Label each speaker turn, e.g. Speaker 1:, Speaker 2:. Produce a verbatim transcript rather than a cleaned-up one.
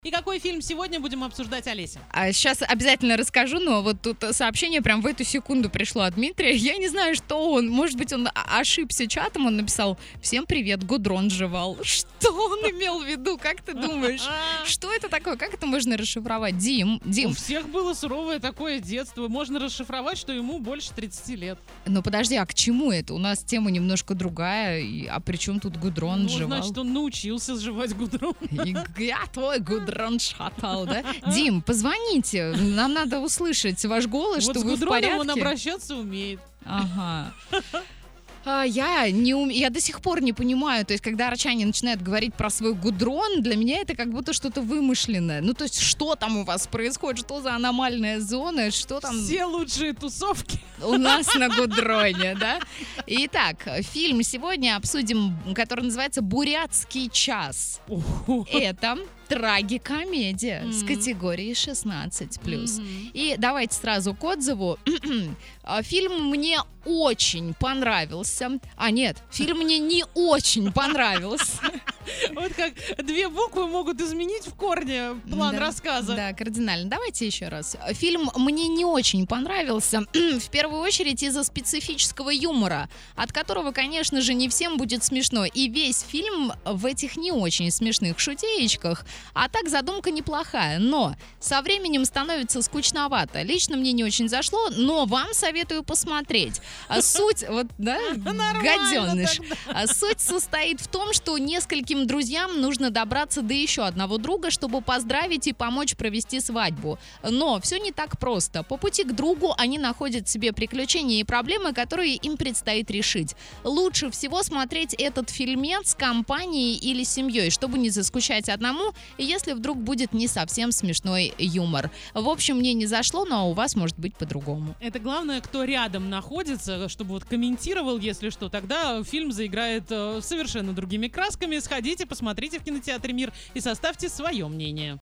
Speaker 1: И какой фильм сегодня будем обсуждать, Олеся?
Speaker 2: А сейчас обязательно расскажу, но вот тут сообщение прям в эту секунду пришло от Дмитрия. Я не знаю, что он, может быть, он ошибся чатом, он написал: «Всем привет, Гудрон жевал». Что он имел в виду, как ты думаешь? Что это такое, как это можно расшифровать? Дим, Дим.
Speaker 1: У всех было суровое такое детство, можно расшифровать, что ему больше тридцати лет.
Speaker 2: Ну подожди, а к чему это? У нас тема немножко другая, и- а при чем тут Гудрон
Speaker 1: Ну,
Speaker 2: жевал?
Speaker 1: значит, он научился жевать гудрон.
Speaker 2: И я твой Гудрон шатал, да? Дим, позвоните, нам надо услышать ваш голос,
Speaker 1: Вот
Speaker 2: что
Speaker 1: с
Speaker 2: вы в
Speaker 1: гудроном он
Speaker 2: порядке.
Speaker 1: обращаться умеет.
Speaker 2: Ага. А, я, не ум... я до сих пор не понимаю, то есть, когда арчане начинают говорить про свой гудрон, для меня это как будто что-то вымышленное. Ну, то есть, что там у вас происходит, что за аномальная зона, что там
Speaker 1: Все лучшие тусовки.
Speaker 2: у нас на гудроне, да? Итак, фильм сегодня обсудим, который называется «Бурятский час». Это трагикомедия с
Speaker 1: Мгм.
Speaker 2: категорией шестнадцать плюс.
Speaker 1: Мгм.
Speaker 2: И давайте сразу к отзыву. А, Фильм мне очень понравился. А нет, фильм мне не очень понравился.
Speaker 1: Вот как две буквы могут изменить в корне план
Speaker 2: Да,
Speaker 1: рассказа.
Speaker 2: Да, кардинально. Давайте еще раз. Фильм мне не очень понравился. В первую очередь из-за специфического юмора, от которого, конечно же, не всем будет смешно. И весь фильм в этих не очень смешных шутеечках. А так задумка неплохая. Но со временем становится скучновато. Лично мне не очень зашло, но вам советую посмотреть. А суть, вот, да, гаденыш.
Speaker 1: тогда.
Speaker 2: А Суть состоит в том, что нескольким друзьям нужно добраться до еще одного друга, чтобы поздравить и помочь провести свадьбу. Но все не так просто. По пути к другу они находят себе приключения и проблемы, которые им предстоит решить. Лучше всего смотреть этот фильмец с компанией или семьей, чтобы не заскучать одному, если вдруг будет не совсем смешной юмор. В общем, мне не зашло, но у вас может быть по-другому.
Speaker 1: Это главное, кто рядом находится, чтобы вот комментировал, если что, тогда фильм заиграет э, совершенно другими красками. Сходите, посмотрите в кинотеатре «Мир» и составьте свое мнение.